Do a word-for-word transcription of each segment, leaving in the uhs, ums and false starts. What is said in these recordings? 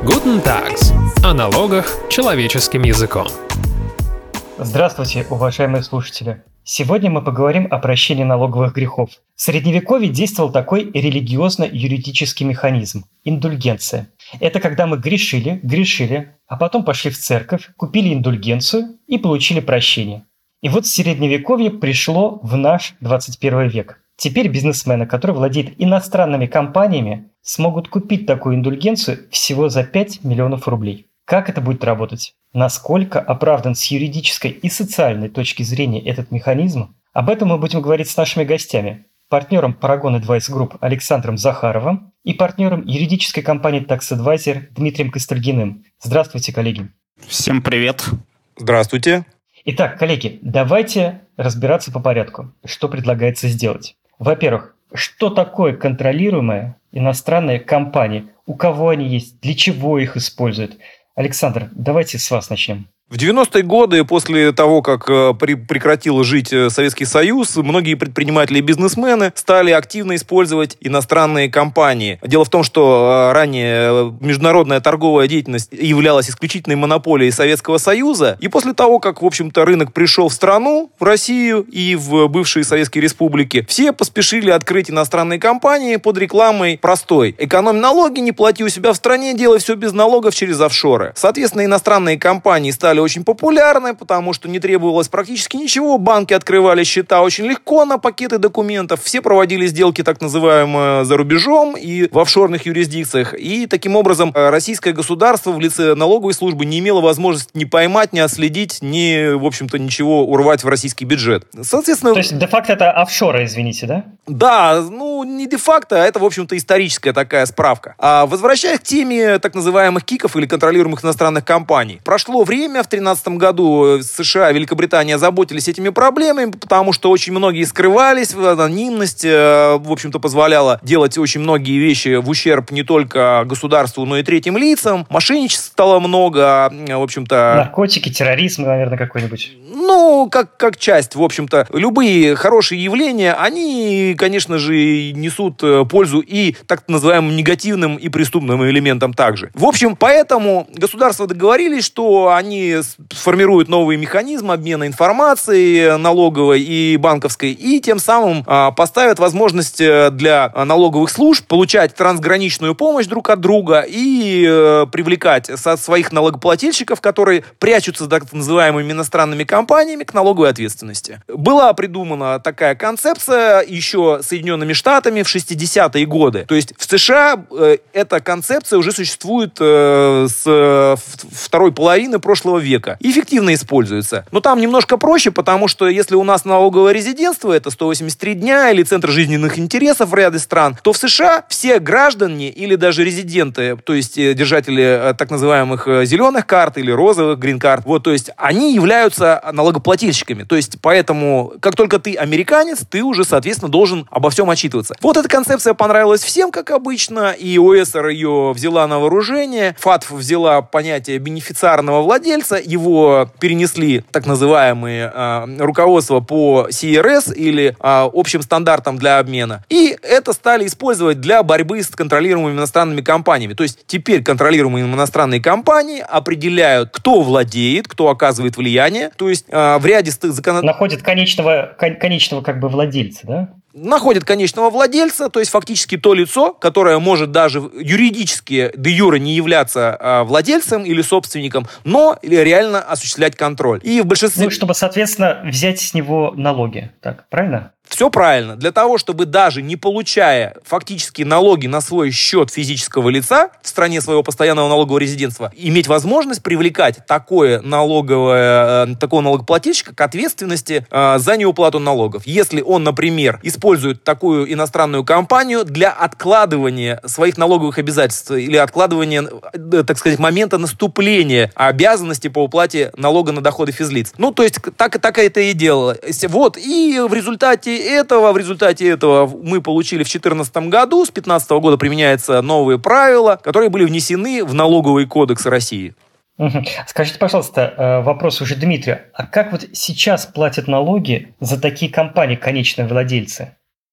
Guten Tags. О налогах человеческим языком. Здравствуйте, уважаемые слушатели! Сегодня мы поговорим о прощении налоговых грехов. В Средневековье действовал такой религиозно-юридический механизм – индульгенция. Это когда мы грешили, грешили, а потом пошли в церковь, купили индульгенцию и получили прощение. И вот Средневековье пришло в наш двадцать первый век. Теперь бизнесмены, которые владеют иностранными компаниями, смогут купить такую индульгенцию всего за пять миллионов рублей. Как это будет работать? Насколько оправдан с юридической и социальной точки зрения этот механизм? Об этом мы будем говорить с нашими гостями. Партнером Paragon Advice Group Александром Захаровым и партнером юридической компании Tax Advisor Дмитрием Костальгиным. Здравствуйте, коллеги. Всем привет. Здравствуйте. Итак, коллеги, давайте разбираться по порядку. Что предлагается сделать? Во-первых, что такое контролируемая иностранная компания? У кого они есть? Для чего их используют? Александр, давайте с вас начнем. В девяностые годы, после того, как при, прекратил жить Советский Союз, многие предприниматели и бизнесмены стали активно использовать иностранные компании. Дело в том, что ранее международная торговая деятельность являлась исключительной монополией Советского Союза. И после того, как, в общем-то, рынок пришел в страну, в Россию и в бывшие советские республики, все поспешили открыть иностранные компании под рекламой простой: экономь налоги, не плати у себя в стране, делай все без налогов через офшоры. Соответственно, иностранные компании стали очень популярны, потому что не требовалось практически ничего. Банки открывали счета очень легко на пакеты документов. Все проводили сделки так называемые за рубежом и в офшорных юрисдикциях. И таким образом российское государство в лице налоговой службы не имело возможности ни поймать, ни отследить, ни, в общем-то, ничего урвать в российский бюджет. Соответственно... То есть, де-факто это офшоры, извините, да? Да, ну, не де-факто, а это, в общем-то, историческая такая справка. А возвращаясь к теме так называемых КИКов или контролируемых иностранных компаний. Прошло время, в две тысячи тринадцатом году США и Великобритания озаботились этими проблемами, потому что очень многие скрывались, анонимность, в общем-то, позволяла делать очень многие вещи в ущерб не только государству, но и третьим лицам. Мошенничества стало много, в общем-то... Наркотики, терроризм, наверное, какой-нибудь. Ну, как, как часть, в общем-то. Любые хорошие явления, они, конечно же, несут пользу и так называемым негативным и преступным элементам также. В общем, поэтому государства договорились, что они сформируют новые механизмы обмена информацией налоговой и банковской, и тем самым а, поставят возможность для налоговых служб получать трансграничную помощь друг от друга и э, привлекать со своих налогоплательщиков, которые прячутся так называемыми иностранными компаниями, к налоговой ответственности. Была придумана такая концепция еще Соединенными Штатами в шестидесятые годы. То есть в США э, эта концепция уже существует э, с э, второй половины прошлого века. И эффективно используется. Но там немножко проще, потому что если у нас налоговое резидентство, это сто восемьдесят три дня или центр жизненных интересов в ряде стран, то в США все граждане или даже резиденты, то есть держатели так называемых зеленых карт или розовых грин-карт, вот, то есть они являются налогоплательщиками. То есть поэтому, как только ты американец, ты уже, соответственно, должен обо всем отчитываться. Вот эта концепция понравилась всем, как обычно, и ОЭСР ее взяла на вооружение, ФАТФ взяла понятие бенефициарного владельца, его перенесли так называемые э, руководства по си эр эс или э, общим стандартам для обмена. И это стали использовать для борьбы с контролируемыми иностранными компаниями. То есть теперь контролируемые иностранные компании определяют, кто владеет, кто оказывает влияние. То есть э, в ряде законодательств... Находят конечного, кон- конечного как бы владельца, да? Находит конечного владельца, то есть фактически то лицо, которое может даже юридически де юре не являться а, владельцем или собственником, но реально осуществлять контроль. И в большинстве... Ну, чтобы, соответственно, взять с него налоги. Так, правильно? Все правильно. Для того, чтобы даже не получая фактически налоги на свой счет физического лица в стране своего постоянного налогового резидентства, иметь возможность привлекать такое налоговое, э, такого налогоплательщика к ответственности э, за неуплату налогов. Если он, например, использует такую иностранную компанию для откладывания своих налоговых обязательств или откладывания, э, так сказать, момента наступления обязанности по уплате налога на доходы физлиц. Ну, то есть, так, так это и делалось. Вот. И в результате этого, в результате этого мы получили в две тысячи четырнадцатом году, с две тысячи пятнадцатого года применяются новые правила, которые были внесены в налоговый кодекс России. Угу. Скажите, пожалуйста, вопрос уже Дмитрию. А как вот сейчас платят налоги за такие компании конечные владельцы?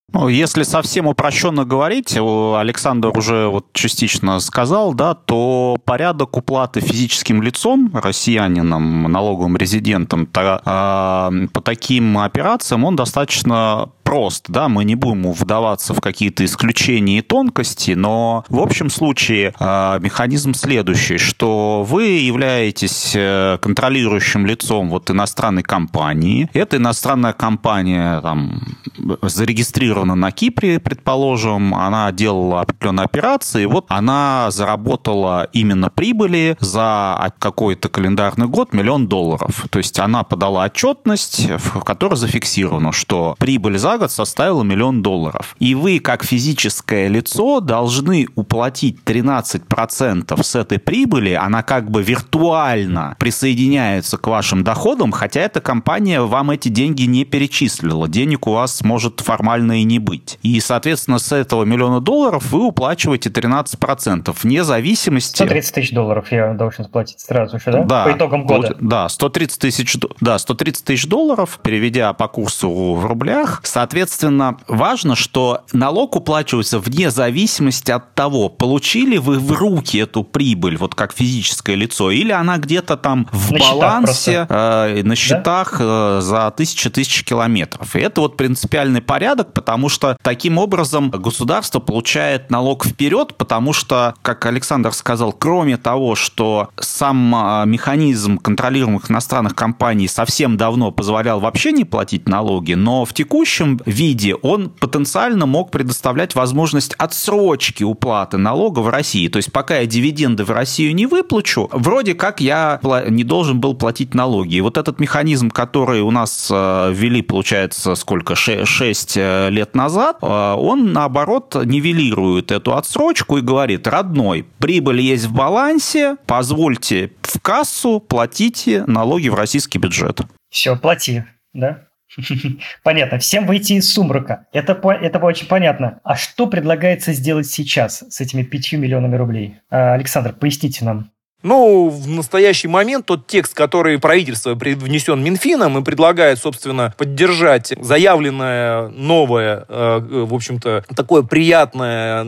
Ну, если совсем упрощенно говорить, Александр уже вот частично сказал, да, то порядок уплаты физическим лицом, россиянинам, налоговым резидентам то, э, по таким операциям, он достаточно прост, да, мы не будем вдаваться в какие-то исключения и тонкости, но в общем случае э, механизм следующий, что вы являетесь контролирующим лицом вот иностранной компании, эта иностранная компания там зарегистрирована на Кипре, предположим, она делала определенные операции, вот она заработала именно прибыли за какой-то календарный год миллион долларов. То есть она подала отчетность, в которой зафиксировано, что прибыль за год составила миллион долларов. И вы, как физическое лицо, должны уплатить тринадцать процентов с этой прибыли, она как бы виртуально присоединяется к вашим доходам, хотя эта компания вам эти деньги не перечислила. Денег у вас может формально и не быть. И, соответственно, с этого миллиона долларов вы уплачиваете тринадцать процентов, вне зависимости... сто тридцать тысяч долларов я должен сплатить сразу же, да? Да. По итогам года. Да, сто тридцать тысяч, да, сто тридцать тысяч долларов, переведя по курсу в рублях. Соответственно, важно, что налог уплачивается вне зависимости от того, получили вы в руки эту прибыль, вот как физическое лицо, или она где-то там в на балансе, э, на счетах да? э, за тысячи-тысячи километров. И это вот принципиальный порядок, потому что таким образом государство получает налог вперед, потому что, как Александр сказал, кроме того, что сам механизм контролируемых иностранных компаний совсем давно позволял вообще не платить налоги, но в текущем виде он потенциально мог предоставлять возможность отсрочки уплаты налога в России. То есть пока я дивиденды в Россию не выплачу, вроде как я не должен был платить налоги. И вот этот механизм, который у нас ввели, получается, сколько, шесть лет назад, он, наоборот, нивелирует эту отсрочку и говорит: родной, прибыль есть в балансе, позвольте в кассу, платите налоги в российский бюджет. Все, плати, да? Понятно. Всем выйти из сумрака. Это, это очень понятно. А что предлагается сделать сейчас с этими пятью миллионами рублей? Александр, поясните нам. Ну, в настоящий момент тот текст, который правительство внесен Минфином и предлагает, собственно, поддержать заявленное новое, в общем-то, такое приятное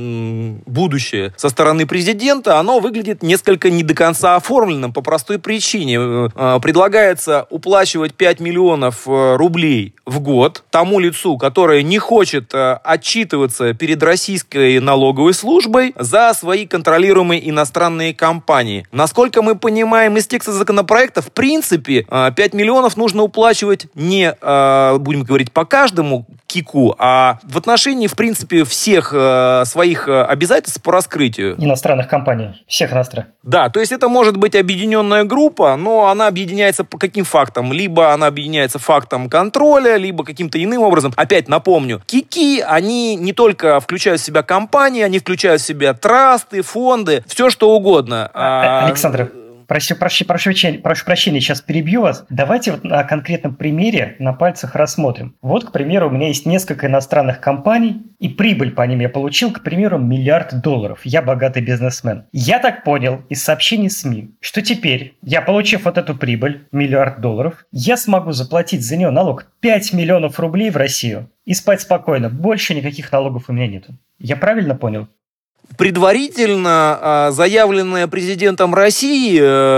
будущее со стороны президента, оно выглядит несколько не до конца оформленным по простой причине. Предлагается уплачивать пять миллионов рублей в год тому лицу, которое не хочет отчитываться перед российской налоговой службой за свои контролируемые иностранные компании. Насколько мы понимаем из текста законопроекта, в принципе, пять миллионов нужно уплачивать не, будем говорить, по каждому кику, а в отношении, в принципе, всех своих обязательств по раскрытию. Иностранных компаний, всех иностранных. Да, то есть это может быть объединенная группа, но она объединяется по каким фактам? Либо она объединяется фактом контроля, либо каким-то иным образом. Опять напомню, кики, они не только включают в себя компании, они включают в себя трасты, фонды, все что угодно. Александр, прошу, прошу, прошу, прошу прощения, сейчас перебью вас. Давайте вот на конкретном примере на пальцах рассмотрим. Вот, к примеру, у меня есть несколько иностранных компаний, и прибыль по ним я получил, к примеру, миллиард долларов. Я богатый бизнесмен. Я так понял из сообщений СМИ, что теперь, я получив вот эту прибыль, миллиард долларов, я смогу заплатить за нее налог пять миллионов рублей в Россию и спать спокойно. Больше никаких налогов у меня нет. Я правильно понял? Предварительно э, заявленное президентом России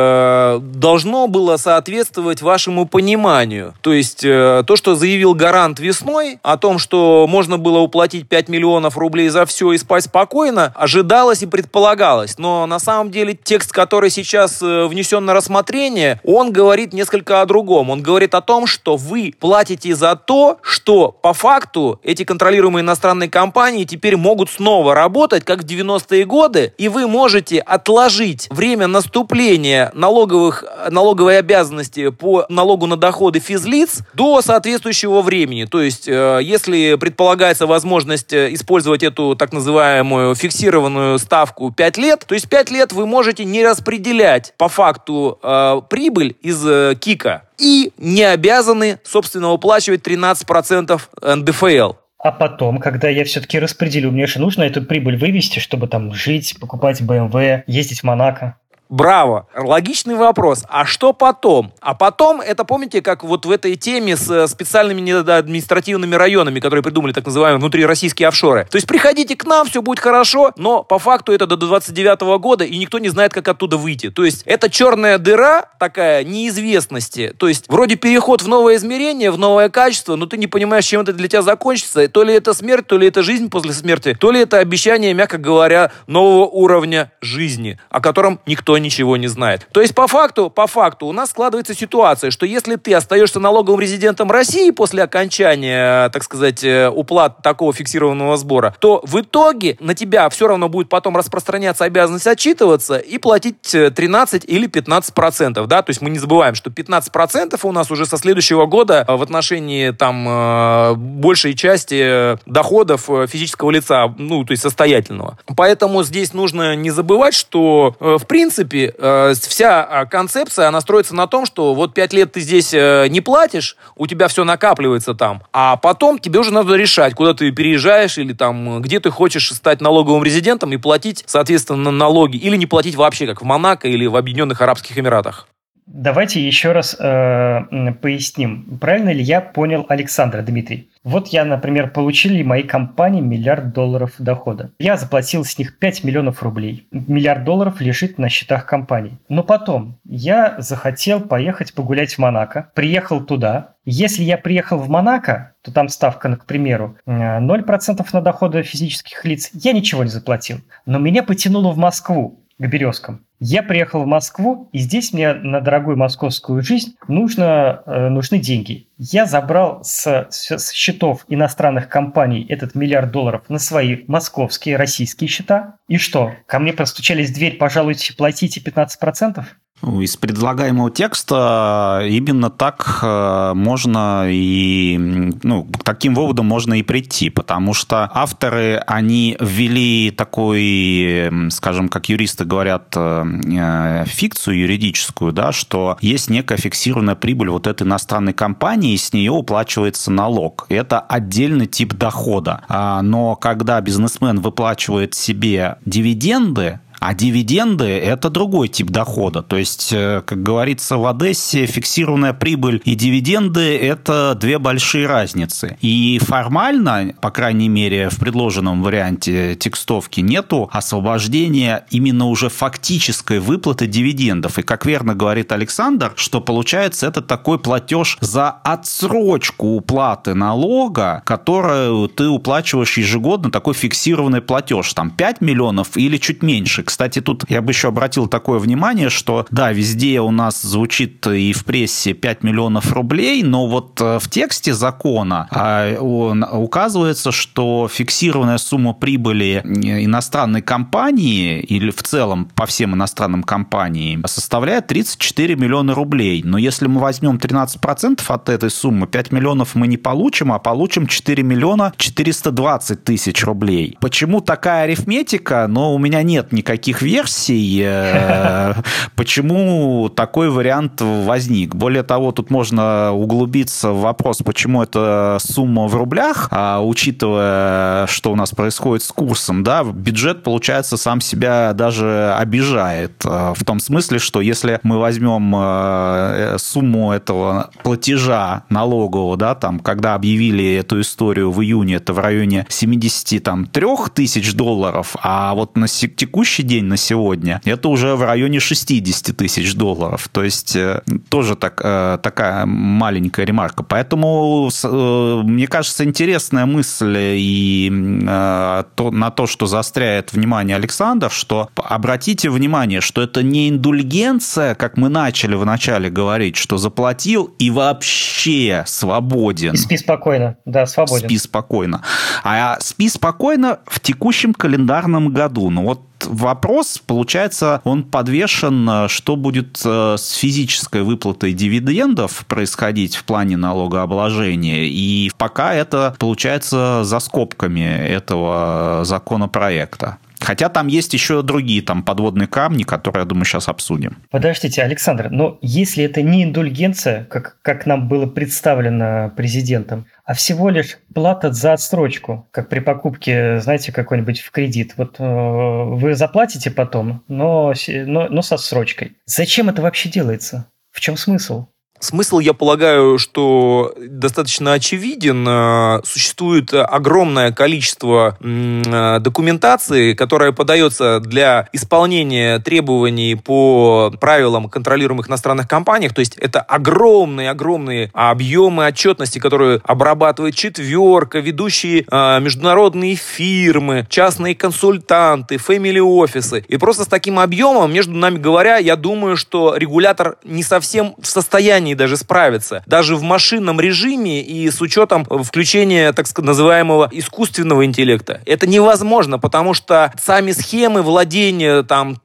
э, должно было соответствовать вашему пониманию. То есть э, то, что заявил Гарант весной о том, что можно было уплатить пять миллионов рублей за все и спать спокойно, ожидалось и предполагалось. Но на самом деле текст, который сейчас э, внесен на рассмотрение, он говорит несколько о другом. Он говорит о том, что вы платите за то, что по факту эти контролируемые иностранные компании теперь могут снова работать, как в девяностые годы, и вы можете отложить время наступления налоговых, налоговой обязанности по налогу на доходы физлиц до соответствующего времени. То есть, э, если предполагается возможность использовать эту так называемую фиксированную ставку пять лет, то есть пять лет вы можете не распределять по факту э, прибыль из э, КИКа и не обязаны, собственно, уплачивать тринадцать процентов эн дэ эф эл. А потом, когда я все-таки распределю, мне же нужно эту прибыль вывести, чтобы там жить, покупать бэ эм вэ, ездить в Монако. Браво! Логичный вопрос. А что потом? А потом, это помните, как вот в этой теме с специальными административными районами, которые придумали так называемые внутрироссийские офшоры. То есть приходите к нам, все будет хорошо, но по факту это до двадцать девятого года, и никто не знает, как оттуда выйти. То есть это черная дыра такая неизвестности. То есть вроде переход в новое измерение, в новое качество, но ты не понимаешь, чем это для тебя закончится. То ли это смерть, то ли это жизнь после смерти, то ли это обещание, мягко говоря, нового уровня жизни, о котором никто ничего не знает. То есть по факту, по факту у нас складывается ситуация, что если ты остаешься налоговым резидентом России после окончания, так сказать, уплат такого фиксированного сбора, то в итоге на тебя все равно будет потом распространяться обязанность отчитываться и платить тринадцать или пятнадцать процентов, да, то есть мы не забываем, что пятнадцать процентов у нас уже со следующего года в отношении там большей части доходов физического лица, ну, то есть состоятельного. Поэтому здесь нужно не забывать, что в принципе вся концепция, она строится на том, что вот пять лет ты здесь не платишь, у тебя все накапливается там, а потом тебе уже надо решать, куда ты переезжаешь или там, где ты хочешь стать налоговым резидентом и платить, соответственно, налоги, или не платить вообще, как в Монако или в Объединенных Арабских Эмиратах. Давайте еще раз э, поясним, правильно ли я понял Александра, Дмитрий. Вот я, например, получили мои компании миллиард долларов дохода. Я заплатил с них пять миллионов рублей. Миллиард долларов лежит на счетах компаний. Но потом я захотел поехать погулять в Монако, приехал туда. Если я приехал в Монако, то там ставка, к примеру, ноль процентов на доходы физических лиц. Я ничего не заплатил. Но меня потянуло в Москву, к Березкам. Я приехал в Москву, и здесь мне на дорогую московскую жизнь нужно, э, нужны деньги. Я забрал с, с счетов иностранных компаний этот миллиард долларов на свои московские, российские счета. И что? Ко мне постучались в дверь, пожалуйте, платите пятнадцать процентов? Из предлагаемого текста именно так можно и, ну, к таким выводам можно и прийти, потому что авторы, они ввели такой, скажем, как юристы говорят, фикцию юридическую, да, что есть некая фиксированная прибыль вот этой иностранной компании, и с нее уплачивается налог. Это отдельный тип дохода. Но когда бизнесмен выплачивает себе дивиденды, а дивиденды – это другой тип дохода. То есть, как говорится в Одессе, фиксированная прибыль и дивиденды – это две большие разницы. И формально, по крайней мере, в предложенном варианте текстовки нету освобождения именно уже фактической выплаты дивидендов. И, как верно говорит Александр, что получается это такой платеж за отсрочку уплаты налога, которую ты уплачиваешь ежегодно, такой фиксированный платеж, там пять миллионов или чуть меньше. Кстати, тут я бы еще обратил такое внимание, что да, везде у нас звучит и в прессе пять миллионов рублей, но вот в тексте закона указывается, что фиксированная сумма прибыли иностранной компании или в целом по всем иностранным компаниям составляет тридцать четыре миллиона рублей. Но если мы возьмем тринадцать процентов от этой суммы, пять миллионов мы не получим, а получим четыре миллиона четыреста двадцать тысяч рублей. Почему такая арифметика? Но у меня нет никаких Каких версий, почему такой вариант возник. Более того, тут можно углубиться в вопрос, почему эта сумма в рублях, а учитывая, что у нас происходит с курсом, да, бюджет, получается, сам себя даже обижает. В том смысле, что если мы возьмем сумму этого платежа налогового, да, там, когда объявили эту историю в июне, это в районе семьдесят три тысяч долларов, а вот на текущий день, на сегодня, это уже в районе шестьдесят тысяч долларов. То есть тоже так, такая маленькая ремарка. Поэтому, мне кажется, интересная мысль и на то, что заостряет внимание Александр, что обратите внимание, что это не индульгенция, как мы начали вначале говорить, что заплатил и вообще свободен. И спи спокойно. Да, свободен. Спи спокойно. А спи спокойно в текущем календарном году. Ну вот вопрос, получается, он подвешен, что будет с физической выплатой дивидендов происходить в плане налогообложения. И пока это, получается, за скобками этого законопроекта. Хотя там есть еще другие там подводные камни, которые, я думаю, сейчас обсудим. Подождите, Александр, но если это не индульгенция, как, как нам было представлено президентом, а всего лишь плата за отсрочку, как при покупке, знаете, какой-нибудь в кредит. Вот э, вы заплатите потом, но, но, но со отсрочкой. Зачем это вообще делается? В чем смысл? Смысл, я полагаю, что достаточно очевиден. Существует огромное количество документации, которая подается для исполнения требований по правилам контролируемых иностранных компаниях. То есть это огромные-огромные объемы отчетности, которые обрабатывает четверка, ведущие международные фирмы, частные консультанты, фэмили-офисы. И просто с таким объемом, между нами говоря, я думаю, что регулятор не совсем в состоянии даже справиться. Даже в машинном режиме и с учетом включения, так сказать, называемого искусственного интеллекта. Это невозможно, потому что сами схемы владения там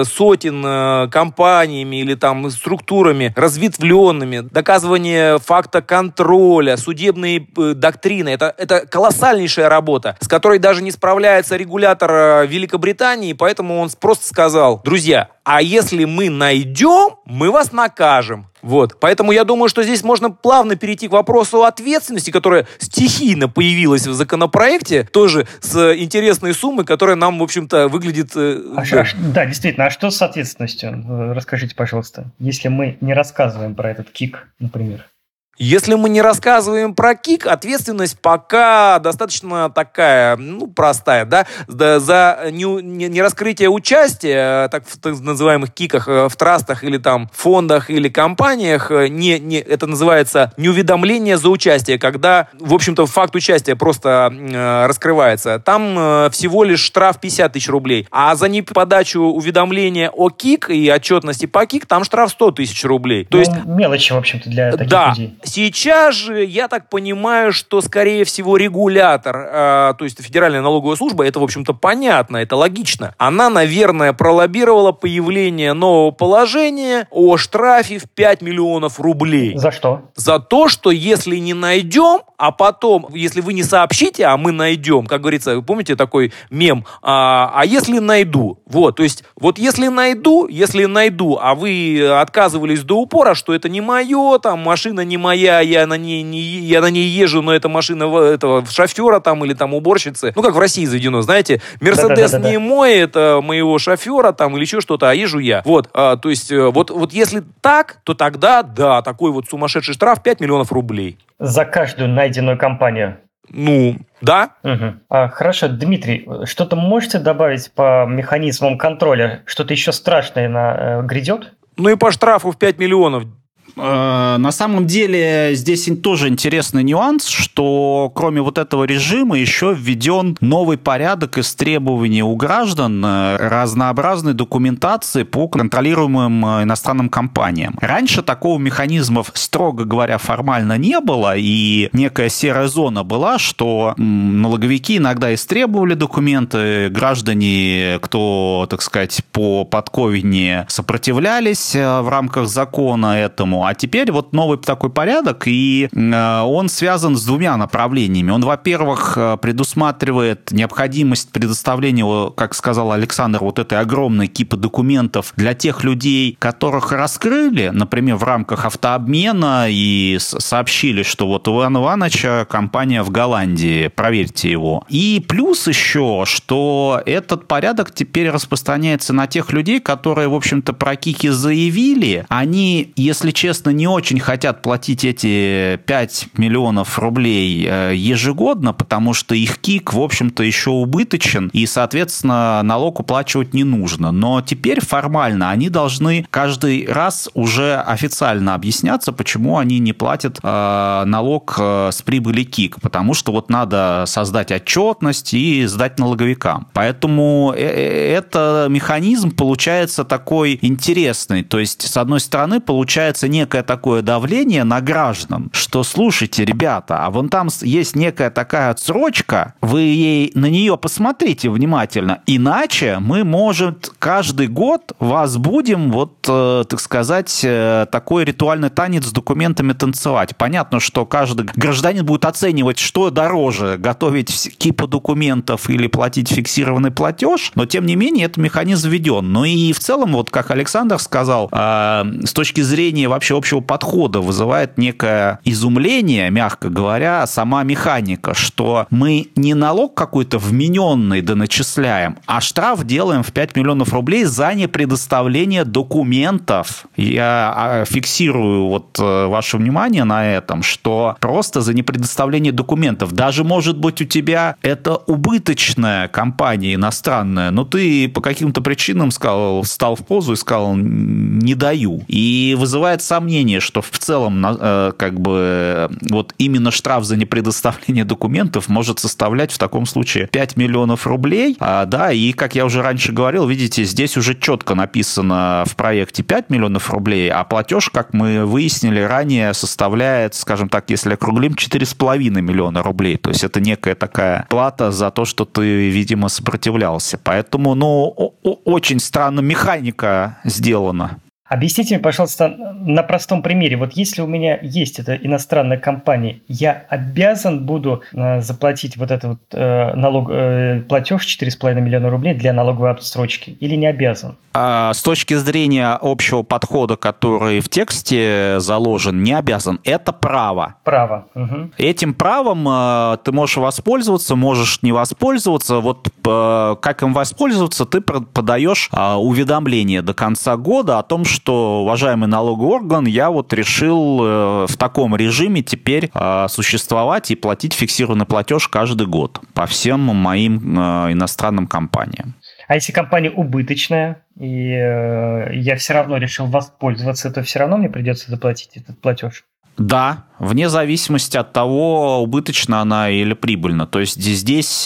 сотен компаниями или там структурами разветвленными, доказывание факта контроля, судебные доктрины, это, это колоссальнейшая работа, с которой даже не справляется регулятор Великобритании, поэтому он просто сказал: друзья, а если мы найдем, мы вас накажем. Вот. Поэтому я думаю, что здесь можно плавно перейти к вопросу ответственности, которая стихийно появилась в законопроекте, тоже с интересной суммой, которая нам, в общем-то, выглядит... А да. Ш, да, действительно. А что с ответственностью? Расскажите, пожалуйста. Если мы не рассказываем про этот кик, например. Если мы не рассказываем про кик, ответственность пока достаточно такая, ну, простая, да, за, за не, не, не раскрытие участия, так, в так называемых киках, в трастах или там фондах или компаниях, не, не, это называется неуведомление за участие, когда, в общем-то, факт участия просто э, раскрывается. Там э, всего лишь штраф пятьдесят тысяч рублей, а за неподачу уведомления о кик и отчетности по кик там штраф сто тысяч рублей. То ну, есть мелочи, в общем-то, для таких да. людей. Сейчас же, я так понимаю, что, скорее всего, регулятор, э, то есть Федеральная налоговая служба, это, в общем-то, понятно, это логично. Она, наверное, пролоббировала появление нового положения о штрафе в пять миллионов рублей. За что? За то, что если не найдем, а потом, если вы не сообщите, а мы найдем, как говорится, вы помните такой мем, а, а если найду? Вот, то есть, вот если найду, если найду, а вы отказывались до упора, что это не мое, там, машина не моя, я на ней, не, я на ней езжу, но это машина этого шофера там или там уборщицы. Ну, как в России заведено, знаете, Мерседес не мой, это моего шофера там или еще что-то, а езжу я. Вот, а, то есть, вот, вот если так, то тогда, да, такой вот сумасшедший штраф пять миллионов рублей. За каждую найденную компанию? Ну, да. Угу. А, хорошо, Дмитрий, что-то можете добавить по механизмам контроля? Что-то еще страшное на, э, грядет? Ну и по штрафу в пять миллионов. На самом деле здесь тоже интересный нюанс, что кроме вот этого режима еще введен новый порядок из требований у граждан разнообразной документации по контролируемым иностранным компаниям. Раньше такого механизма, строго говоря, формально не было, и некая серая зона была, что налоговики иногда истребовали документы, граждане, кто, так сказать, по подковине сопротивлялись в рамках закона этому. А теперь вот новый такой порядок, и э, он связан с двумя направлениями. Он, во-первых, предусматривает необходимость предоставления, как сказал Александр, вот этой огромной кипы документов для тех людей, которых раскрыли, например, в рамках автообмена, и сообщили, что вот у Ивана Ивановича компания в Голландии, проверьте его. И плюс еще, что этот порядок теперь распространяется на тех людей, которые, в общем-то, про кики заявили. Они, если честно, не очень хотят платить эти пять миллионов рублей ежегодно, потому что их кик, в общем-то, еще убыточен, и, соответственно, налог уплачивать не нужно. Но теперь формально они должны каждый раз уже официально объясняться, почему они не платят э, налог с прибыли кик, потому что вот надо создать отчетность и сдать налоговикам. Поэтому это механизм получается такой интересный. То есть, с одной стороны, получается не некое такое давление на граждан, что, слушайте, ребята, а вон там есть некая такая отсрочка, вы ей, на нее посмотрите внимательно, иначе мы, может, каждый год вас будем, вот, э, так сказать, э, такой ритуальный танец с документами танцевать. Понятно, что каждый гражданин будет оценивать, что дороже, готовить кипу документов или платить фиксированный платеж, но, тем не менее, этот механизм введен. Ну и в целом, вот как Александр сказал, э, с точки зрения вообще общего подхода вызывает некое изумление, мягко говоря, сама механика, что мы не налог какой-то вмененный доначисляем, а штраф делаем в пять миллионов рублей за непредоставление документов. Я фиксирую вот ваше внимание на этом, что просто за непредоставление документов. Даже, может быть, у тебя это убыточная компания иностранная, но ты по каким-то причинам сказал, встал в позу и сказал «не даю». И вызывает сомнение, что в целом как бы вот именно штраф за непредоставление документов может составлять в таком случае пять миллионов рублей. А, да, и, как я уже раньше говорил, видите, здесь уже четко написано в проекте пять миллионов рублей, а платеж, как мы выяснили ранее, составляет, скажем так, если округлим, четыре с половиной миллиона рублей. То есть это некая такая плата за то, что ты, видимо, сопротивлялся. Поэтому, ну, очень странно механика сделана. Объясните мне, пожалуйста, на простом примере. Вот если у меня есть эта иностранная компания, я обязан буду э, заплатить вот этот вот, э, налог, э, платеж четыре с половиной миллиона рублей для налоговой отсрочки или не обязан? А, с точки зрения общего подхода, который в тексте заложен, не обязан. Это право. Право. Угу. Этим правом э, ты можешь воспользоваться, можешь не воспользоваться. Вот э, как им воспользоваться, ты подаешь э, уведомление до конца года о том, что что, уважаемый налоговый орган, я вот решил э, в таком режиме теперь э, существовать и платить фиксированный платеж каждый год по всем моим э, иностранным компаниям. А если компания убыточная, и э, я все равно решил воспользоваться, то все равно мне придется заплатить этот платеж? Да, вне зависимости от того, убыточна она или прибыльна. То есть здесь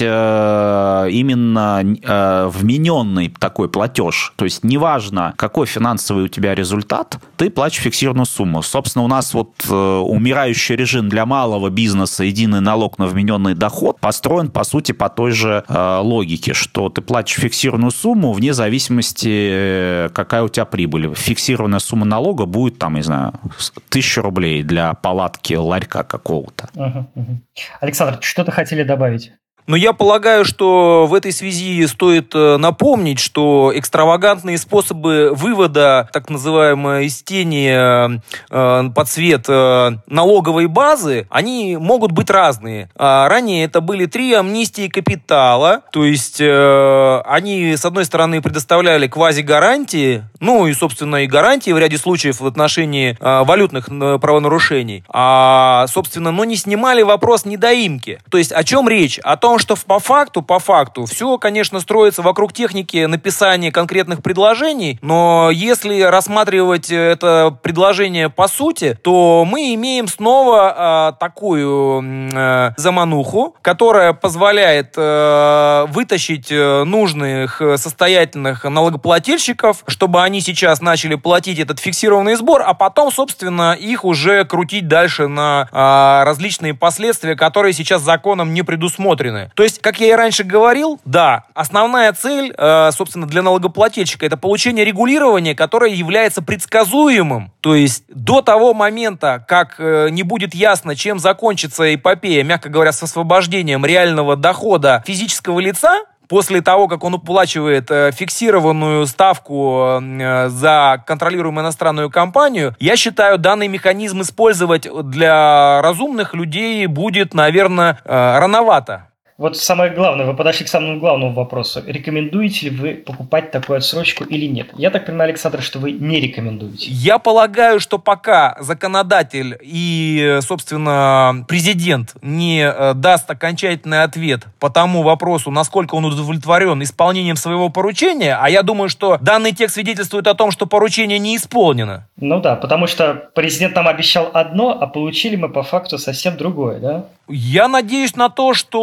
э, именно э, вмененный такой платеж. То есть неважно, какой финансовый у тебя результат, ты платишь фиксированную сумму. Собственно, у нас вот э, умирающий режим для малого бизнеса, единый налог на вмененный доход, построен, по сути, по той же э, логике, что ты платишь фиксированную сумму вне зависимости, э, какая у тебя прибыль. Фиксированная сумма налога будет, там, не знаю, тысяча рублей для для палатки ларька какого-то. Угу, угу. Александр, что-то хотели добавить? Но я полагаю, что в этой связи стоит напомнить, что экстравагантные способы вывода, так называемой, из тени э, под свет э, налоговой базы, они могут быть разные. А ранее это были три амнистии капитала, то есть э, они, с одной стороны, предоставляли квазигарантии, ну и, собственно, и гарантии в ряде случаев в отношении э, валютных правонарушений, а, собственно, но не снимали вопрос недоимки. То есть о чем речь? О том, что по факту, по факту, все, конечно, строится вокруг техники написания конкретных предложений, но если рассматривать это предложение по сути, то мы имеем снова э, такую э, замануху, которая позволяет э, вытащить нужных состоятельных налогоплательщиков, чтобы они сейчас начали платить этот фиксированный сбор, а потом, собственно, их уже крутить дальше на э, различные последствия, которые сейчас законом не предусмотрены. То есть, как я и раньше говорил, да, основная цель, э, собственно, для налогоплательщика — это получение регулирования, которое является предсказуемым. То есть, до того момента, как э, не будет ясно, чем закончится эпопея, мягко говоря, с освобождением реального дохода физического лица, после того, как он уплачивает э, фиксированную ставку э, за контролируемую иностранную компанию, я считаю, данный механизм использовать для разумных людей будет, наверное, э, рановато. Вот самое главное, вы подошли к самому главному вопросу. Рекомендуете ли вы покупать такую отсрочку или нет? Я так понимаю, Александр, что вы не рекомендуете. Я полагаю, что пока законодатель и, собственно, президент не даст окончательный ответ по тому вопросу, насколько он удовлетворен исполнением своего поручения, а я думаю, что данный текст свидетельствует о том, что поручение не исполнено. Ну да, потому что президент нам обещал одно, а получили мы по факту совсем другое, да? Я надеюсь на то, что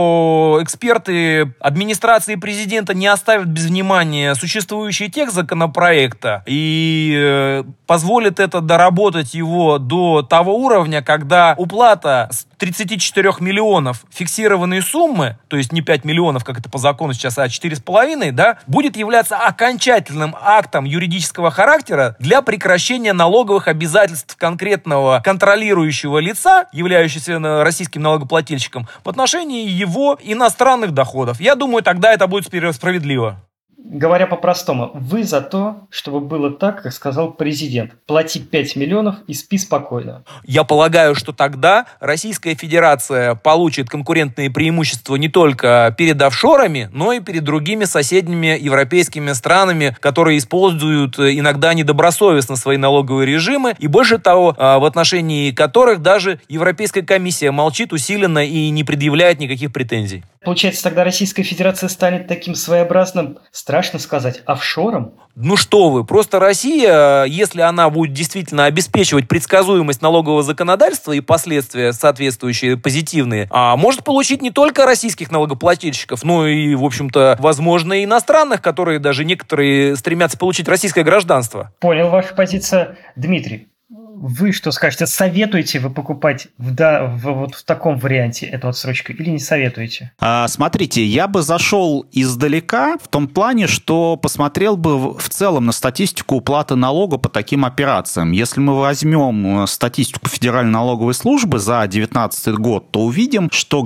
что эксперты администрации президента не оставят без внимания существующий текст законопроекта и э, позволят это доработать его до того уровня, когда уплата с тридцати четырёх миллионов фиксированной суммы, то есть не пять миллионов, как это по закону сейчас, а четыре с половиной, да, будет являться окончательным актом юридического характера для прекращения налоговых обязательств конкретного контролирующего лица, являющегося российским налогоплательщиком, в отношении его иностранных доходов. Я думаю, тогда это будет справедливо. Говоря по-простому, вы за то, чтобы было так, как сказал президент. Плати пять миллионов и спи спокойно. Я полагаю, что тогда Российская Федерация получит конкурентные преимущества не только перед офшорами, но и перед другими соседними европейскими странами, которые используют иногда недобросовестно свои налоговые режимы, и больше того, в отношении которых даже Европейская комиссия молчит усиленно и не предъявляет никаких претензий. Получается, тогда Российская Федерация станет таким своеобразным, страшно сказать, офшором? Ну что вы, просто Россия, если она будет действительно обеспечивать предсказуемость налогового законодательства и последствия соответствующие позитивные, а может получить не только российских налогоплательщиков, но и, в общем-то, возможно, и иностранных, которые даже некоторые стремятся получить российское гражданство. Понял вашу позицию, Дмитрий. Вы что скажете? Советуете вы покупать в, да, в, вот в таком варианте эту отсрочку или не советуете? А, смотрите, я бы зашел издалека в том плане, что посмотрел бы в целом на статистику уплаты налога по таким операциям. Если мы возьмем статистику Федеральной налоговой службы за две тысячи девятнадцатый год, то увидим, что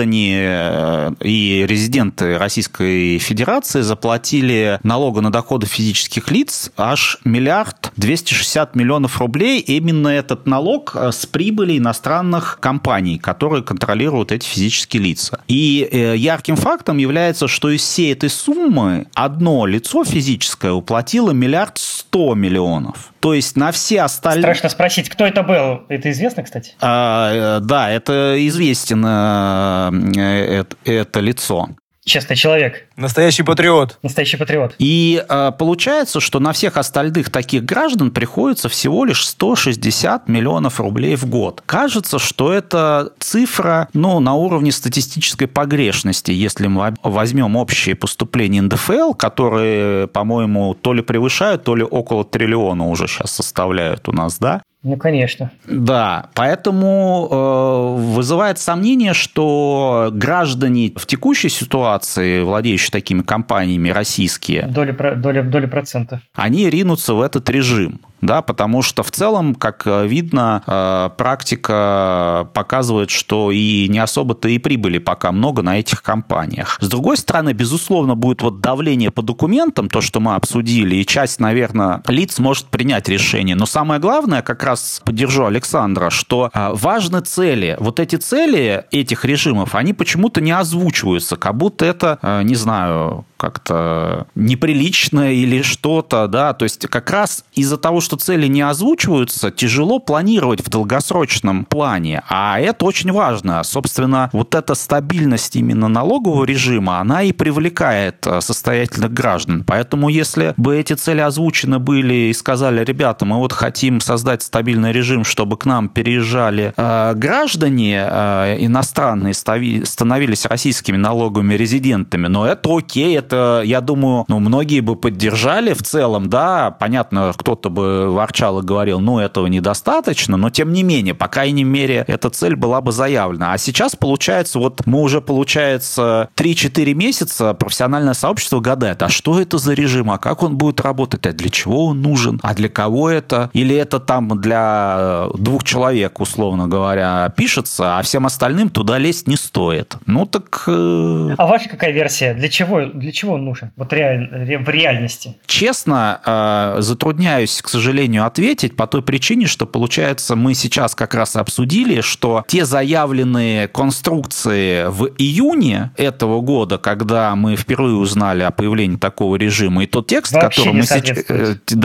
граждане и резиденты Российской Федерации заплатили налога на доходы физических лиц аж миллиард двести шестьдесят миллионов рублей. И именно этот налог с прибыли иностранных компаний, которые контролируют эти физические лица. И ярким фактом является, что из всей этой суммы одно лицо физическое уплатило миллиард сто миллионов. То есть на все остальные... Страшно спросить, кто это был. Это известно, кстати? А, да, это известен это, это лицо. Честный человек. Настоящий патриот. Настоящий патриот. И э, получается, что на всех остальных таких граждан приходится всего лишь сто шестьдесят миллионов рублей в год. Кажется, что это цифра, ну, на уровне статистической погрешности, если мы возьмем общие поступления эн дэ эф эл, которые, по-моему, то ли превышают, то ли около триллиона уже сейчас составляют у нас, да? Ну, конечно. Да, поэтому э, вызывает сомнение, что граждане в текущей ситуации, владеющие такими компаниями, российские, доля, доля, доля процента, они ринутся в этот режим. Да, потому что в целом, как видно, практика показывает, что и не особо-то и прибыли пока много на этих компаниях. С другой стороны, безусловно, будет вот давление по документам, то, что мы обсудили, и часть, наверное, лиц может принять решение. Но самое главное, как раз поддержу Александра, что важны цели. Вот эти цели этих режимов, они почему-то не озвучиваются, как будто это, не знаю, как-то неприлично или что-то, да, то есть как раз из-за того, что цели не озвучиваются, тяжело планировать в долгосрочном плане, а это очень важно. Собственно, вот эта стабильность именно налогового режима, она и привлекает состоятельных граждан. Поэтому если бы эти цели озвучены были и сказали, ребята, мы вот хотим создать стабильный режим, чтобы к нам переезжали э, граждане э, иностранные, становились российскими налоговыми резидентами, но это окей, это Это, я думаю, ну, многие бы поддержали в целом, да, понятно, кто-то бы ворчал и говорил, ну, этого недостаточно, но тем не менее, по крайней мере, эта цель была бы заявлена. А сейчас, получается, вот мы уже, получается, три-четыре месяца профессиональное сообщество гадает, а что это за режим, а как он будет работать, а для чего он нужен, а для кого это, или это там для двух человек, условно говоря, пишется, а всем остальным туда лезть не стоит. Ну, так... А ваша какая версия? Для чего, для чего он нужен? Вот реаль... в реальности. Честно, э, затрудняюсь, к сожалению, ответить по той причине, что, получается, мы сейчас как раз обсудили, что те заявленные конструкции в июне этого года, когда мы впервые узнали о появлении такого режима, и тот текст, вообще который мы сейчас... Э, да,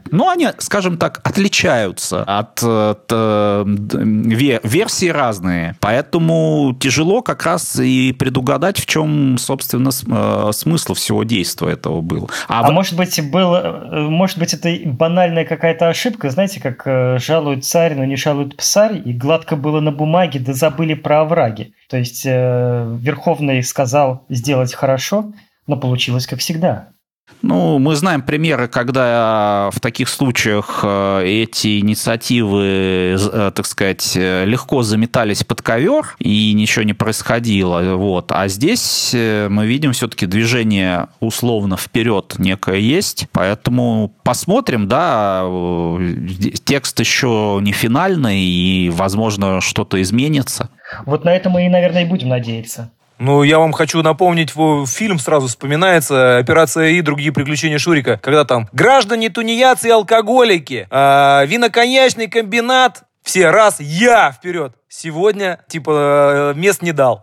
Но они, скажем так, отличаются от, от, от версии разные. Поэтому тяжело как раз и предугадать, в чем, собственно, смысл всего действия этого был. А, а в... может быть, было, может быть, это банальная какая-то ошибка, знаете, как жалуют царь, но не жалуют псарь, и гладко было на бумаге, да забыли про овраги. То есть э, Верховный сказал сделать хорошо, но получилось как всегда. Ну, мы знаем примеры, когда в таких случаях эти инициативы, так сказать, легко заметались под ковер, и ничего не происходило. Вот. А здесь мы видим все-таки движение условно вперед некое есть. Поэтому посмотрим, да, текст еще не финальный, и, возможно, что-то изменится. Вот на это мы, наверное, и будем надеяться. Ну, я вам хочу напомнить, фильм сразу вспоминается «Операция И. Другие приключения Шурика», когда там граждане тунеядцы и алкоголики, э, виноконьячный комбинат, все раз, я вперед. Сегодня, типа, мест не дал.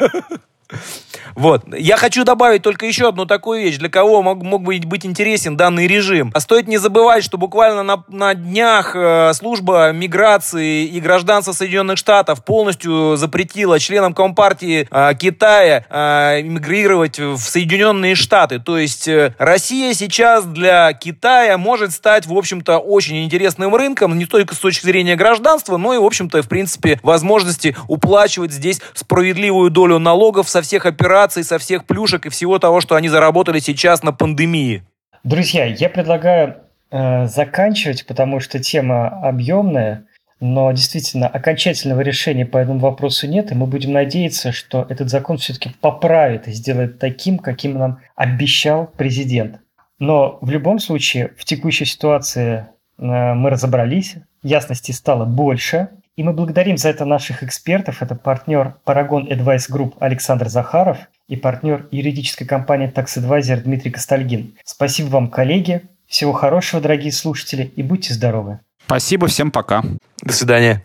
Вот. Я хочу добавить только еще одну такую вещь, для кого мог, мог быть интересен данный режим. А стоит не забывать, что буквально на, на днях э, служба миграции и гражданства Соединенных Штатов полностью запретила членам Компартии э, Китая э, эмигрировать в Соединенные Штаты. То есть э, Россия сейчас для Китая может стать, в общем-то, очень интересным рынком, не только с точки зрения гражданства, но и, в общем-то, в принципе, возможности уплачивать здесь справедливую долю налогов со всех операций, со всех плюшек и всего того, что они заработали сейчас на пандемии. Друзья, я предлагаю э, заканчивать, потому что тема объемная, но действительно окончательного решения по этому вопросу нет, и мы будем надеяться, что этот закон все-таки поправит и сделает таким, каким нам обещал президент. Но в любом случае в текущей ситуации э, мы разобрались, ясности стало больше. И мы благодарим за это наших экспертов. Это партнер Paragon Advice Group Александр Захаров и партнер юридической компании Tax Advisor Дмитрий Костальгин. Спасибо вам, коллеги. Всего хорошего, дорогие слушатели, и будьте здоровы. Спасибо, всем пока. До свидания.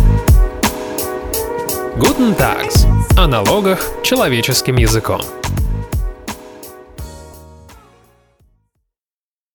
Guten Tags. О налогах человеческим языком.